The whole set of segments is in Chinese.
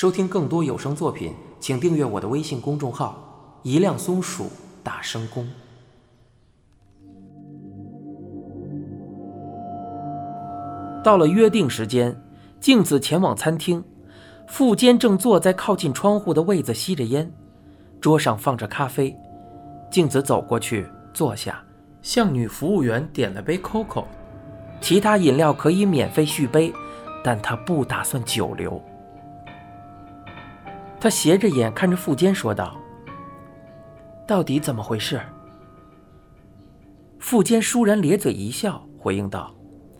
收听更多有声作品，请订阅我的微信公众号“一辆松鼠大声公”。到了约定时间，静子前往餐厅，富坚正坐在靠近窗户的位子吸着烟，桌上放着咖啡。静子走过去坐下，向女服务员点了杯 COCO， 其他饮料可以免费续杯，但她不打算久留。他斜着眼看着富坚说道：“到底怎么回事？”富坚倏然咧嘴一笑，回应道：“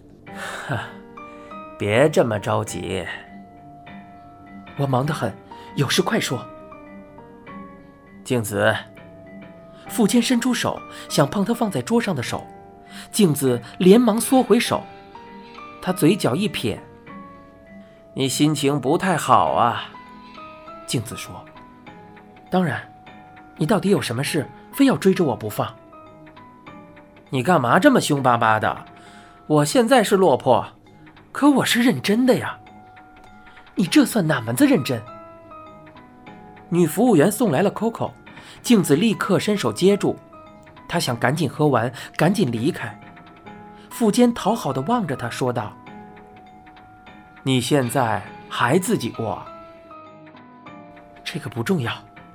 别这么着急，我忙得很，有事快说。”静子，富坚伸出手想碰他放在桌上的手，静子连忙缩回手，他嘴角一撇：“你心情不太好啊。”静子说：“当然，你到底有什么事，非要追着我不放？你干嘛这么凶巴巴的？我现在是落魄，可我是认真的呀。你这算哪门子认真？”女服务员送来了 COCO， 静子立刻伸手接住，她想赶紧喝完，赶紧离开。富坚讨好地望着她说道：“你现在还自己过？”“这个不重要，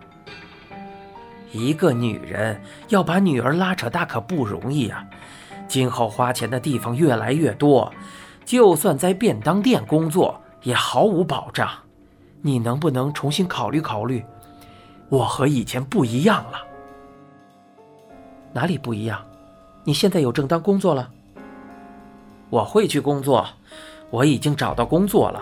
一个女人要把女儿拉扯大可不容易啊，今后花钱的地方越来越多，就算在便当店工作也毫无保障。你能不能重新考虑考虑？我和以前不一样了。”“哪里不一样？你现在有正当工作了？”“我会去工作，我已经找到工作了。”“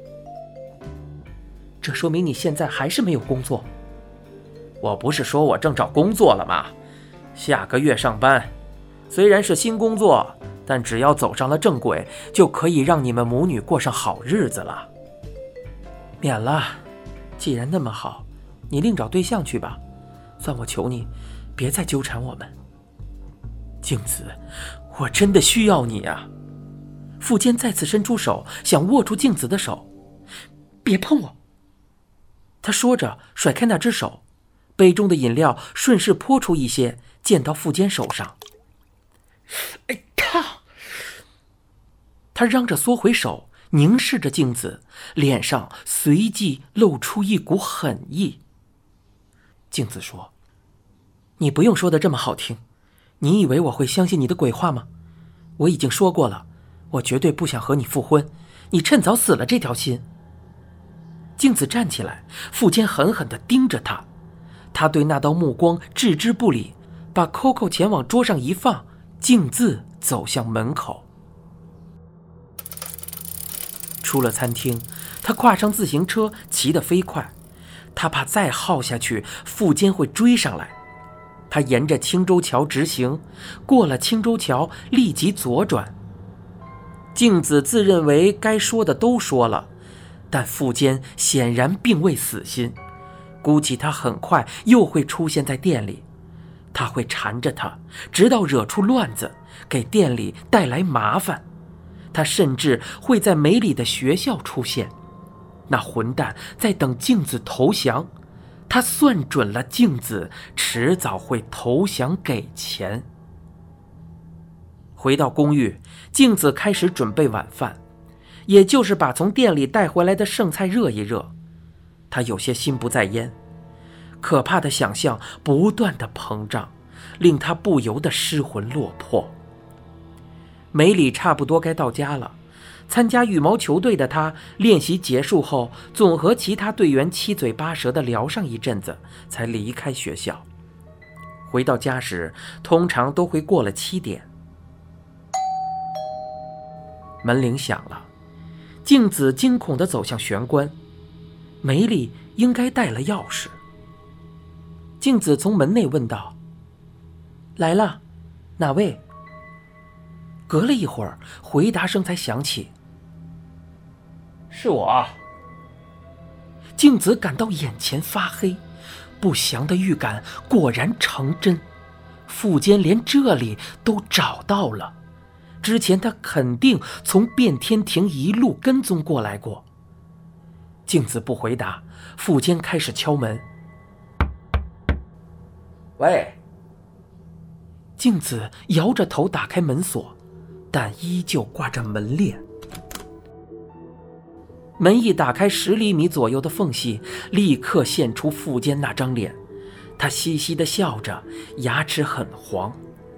这说明你现在还是没有工作。”“我不是说我正找工作了吗？下个月上班，虽然是新工作，但只要走上了正轨，就可以让你们母女过上好日子了。”“免了，既然那么好，你另找对象去吧，算我求你，别再纠缠我们。”“静子，我真的需要你啊！”富坚再次伸出手，想握住静子的手。“别碰我！”他说着甩开那只手，杯中的饮料顺势泼出一些，溅到富坚手上。“哎，烫！”他嚷着缩回手，凝视着静子，脸上随即露出一股狠意。静子说：“你不用说的这么好听，你以为我会相信你的鬼话吗？我已经说过了，我绝对不想和你复婚，你趁早死了这条心。”静子站起来，富坚狠狠地盯着他，他对那道目光置之不理，把 COCO 钱往桌上一放，径自走向门口。出了餐厅，他跨上自行车，骑得飞快，他怕再耗下去，富坚会追上来。他沿着青州桥直行，过了青州桥，立即左转。静子自认为该说的都说了，但富坚显然并未死心，估计他很快又会出现在店里，他会缠着他，直到惹出乱子，给店里带来麻烦。他甚至会在梅里的学校出现，那混蛋在等静子投降，他算准了静子迟早会投降给钱。回到公寓，静子开始准备晚饭，也就是把从店里带回来的剩菜热一热。他有些心不在焉，可怕的想象不断的膨胀，令他不由得失魂落魄。梅里差不多该到家了，参加羽毛球队的他练习结束后，总和其他队员七嘴八舌地聊上一阵子，才离开学校。回到家时，通常都会过了7点。门铃响了，静子惊恐地走向玄关，梅里应该带了钥匙。静子从门内问道：“来了，哪位？”隔了一会儿，回答声才响起：“是我。”静子感到眼前发黑，不祥的预感果然成真，富坚连这里都找到了。之前他肯定从变天庭一路跟踪过来过。 静子不回答，富坚开始敲门。喂。静子摇着头打开门锁，但依旧挂着门链。门一打开10厘米左右的缝隙，立刻现出富坚那张脸，他嘻嘻地笑着，牙齿很黄。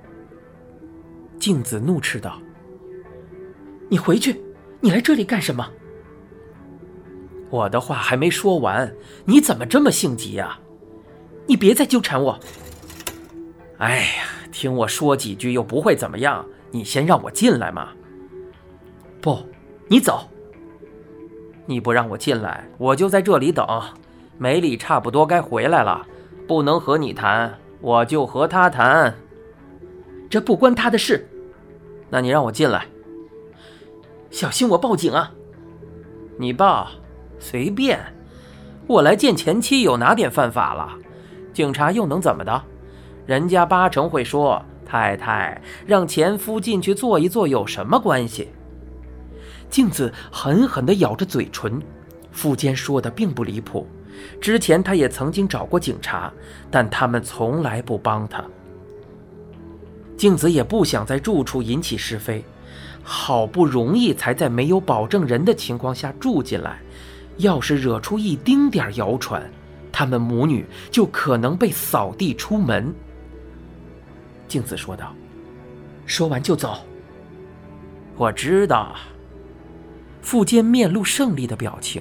静子怒斥道：你回去，你来这里干什么？我的话还没说完，你怎么这么性急啊？你别再纠缠我。哎呀，听我说几句又不会怎么样，你先让我进来嘛。不，你走。你不让我进来，我就在这里等。梅里差不多该回来了，不能和你谈，我就和他谈。这不关他的事。那你让我进来。小心我报警啊。你报，随便。我来见前妻有哪点犯法了？警察又能怎么的？人家80%会说，太太，让前夫进去坐一坐有什么关系？静子狠狠地咬着嘴唇，富坚说的并不离谱，之前他也曾经找过警察，但他们从来不帮他。静子也不想在住处引起是非，好不容易才在没有保证人的情况下住进来，要是惹出一丁点谣传，他们母女就可能被扫地出门。静子说道：说完就走。我知道。富坚面露胜利的表情。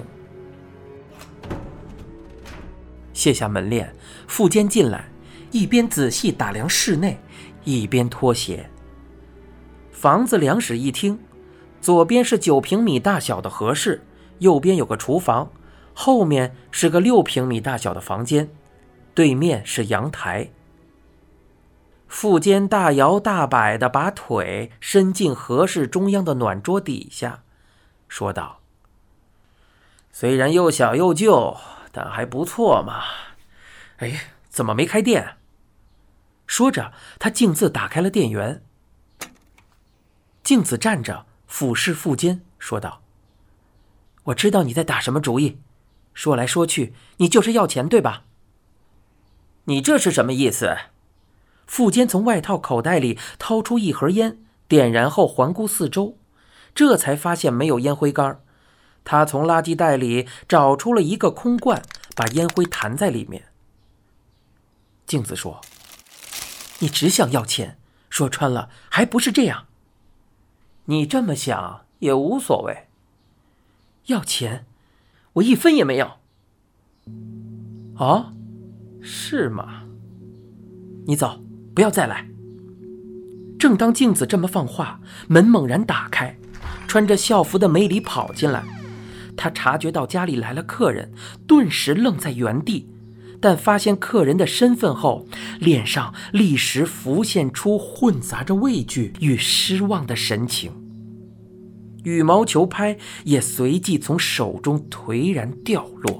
卸下门链，富坚进来，一边仔细打量室内，一边脱鞋。房子2室1厅，左边是9平米大小的和室，右边有个厨房，后面是个6平米大小的房间，对面是阳台。富坚大摇大摆地把腿伸进和室中央的暖桌底下，说道：虽然又小又旧，但还不错嘛。哎，怎么没开电？说着，他径自打开了电源。静子站着，俯视富坚，说道：我知道你在打什么主意，说来说去，你就是要钱，对吧？你这是什么意思？富坚从外套口袋里掏出一盒烟，点燃后环顾四周，这才发现没有烟灰缸。他从垃圾袋里找出了一个空罐，把烟灰弹在里面。静子说：你只想要钱，说穿了还不是这样。你这么想也无所谓。要钱？我1分也没有。哦，是吗？你走，不要再来。正当静子这么放话，门猛然打开，穿着校服的梅里跑进来。他察觉到家里来了客人，顿时愣在原地，但发现客人的身份后，脸上立时浮现出混杂着畏惧与失望的神情。羽毛球拍也随即从手中颓然掉落。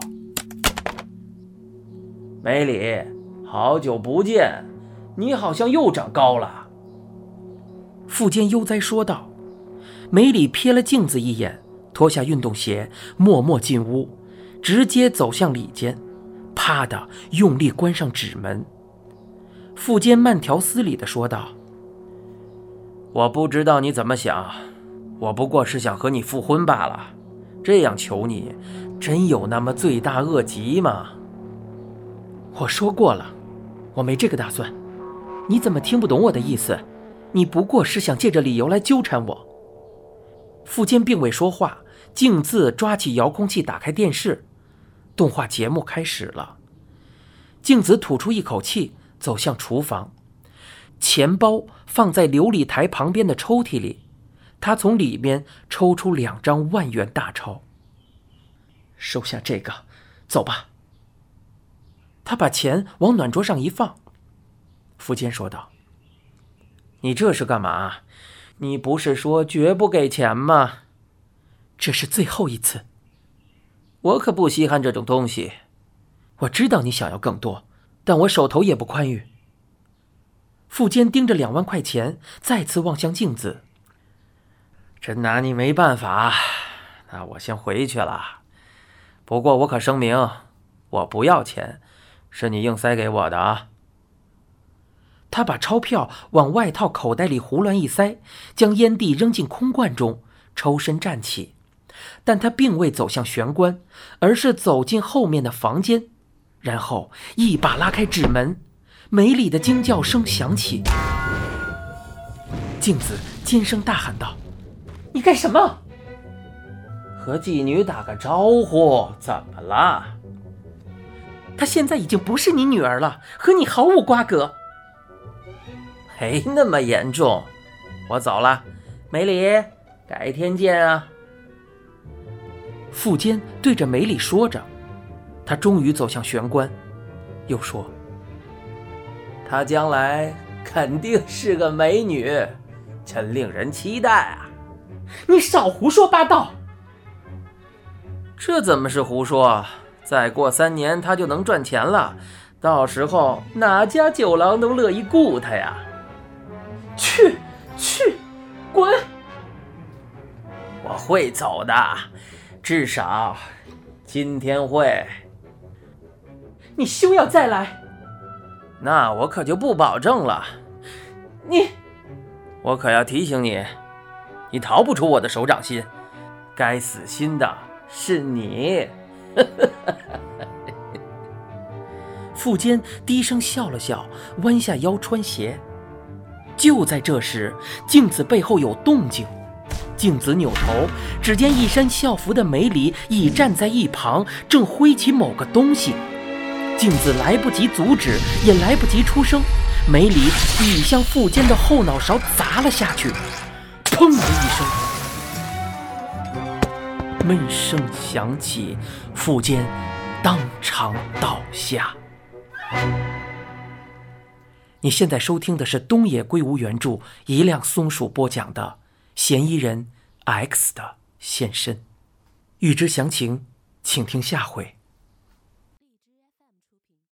梅里，好久不见，你好像又长高了。富坚悠哉说道。梅里瞥了镜子一眼，脱下运动鞋，默默进屋，直接走向里间，啪的用力关上纸门。富坚慢条斯理地说道：我不知道你怎么想，我不过是想和你复婚罢了，这样求你，真有那么罪大恶极吗？我说过了，我没这个打算。你怎么听不懂我的意思？你不过是想借着理由来纠缠我。富坚并未说话，径自抓起遥控器打开电视，动画节目开始了。静子吐出一口气，走向厨房，钱包放在琉璃台旁边的抽屉里，他从里面抽出2张1万元大钞。收下这个，走吧。他把钱往暖桌上一放。富坚说道：你这是干嘛？你不是说绝不给钱吗？这是最后一次。我可不稀罕这种东西。我知道你想要更多，但我手头也不宽裕。富坚盯着2万块钱，再次望向镜子。真拿你没办法，那我先回去了。 不过我可声明，我不要钱，是你硬塞给我的啊。他把钞票往外套口袋里胡乱一塞，将烟蒂扔进空罐中，抽身站起。但他并未走向玄关，而是走进后面的房间，然后一把拉开纸门，梅里的惊叫声响起。镜子尖声大喊道：“你干什么？”“和妓女打个招呼，怎么了？”“她现在已经不是你女儿了，和你毫无瓜葛。”“没那么严重，我走了，梅里，改天见啊。”富坚对着梅里说着，他终于走向玄关，又说：“她将来肯定是个美女，真令人期待啊！”“你少胡说八道！”“这怎么是胡说？再过3年她就能赚钱了，到时候哪家酒廊都乐意雇她呀？”“去，滚！”“我会走的，至少今天会。”“你休要再来！”“那我可就不保证了。”“我可要提醒你，你逃不出我的手掌心，该死心的是你。”富坚低声笑了笑，弯下腰穿鞋。就在这时，镜子背后有动静。镜子扭头，只见一身校服的梅里已站在一旁，正挥起某个东西。镜子来不及阻止，也来不及出声，梅里已向富坚的后脑勺砸了下去。砰的一声，闷声响起，富坚当场倒下。你现在收听的是东野圭吾原著，一辆松鼠播讲的嫌疑人 X 的现身。欲知详情，请听下回。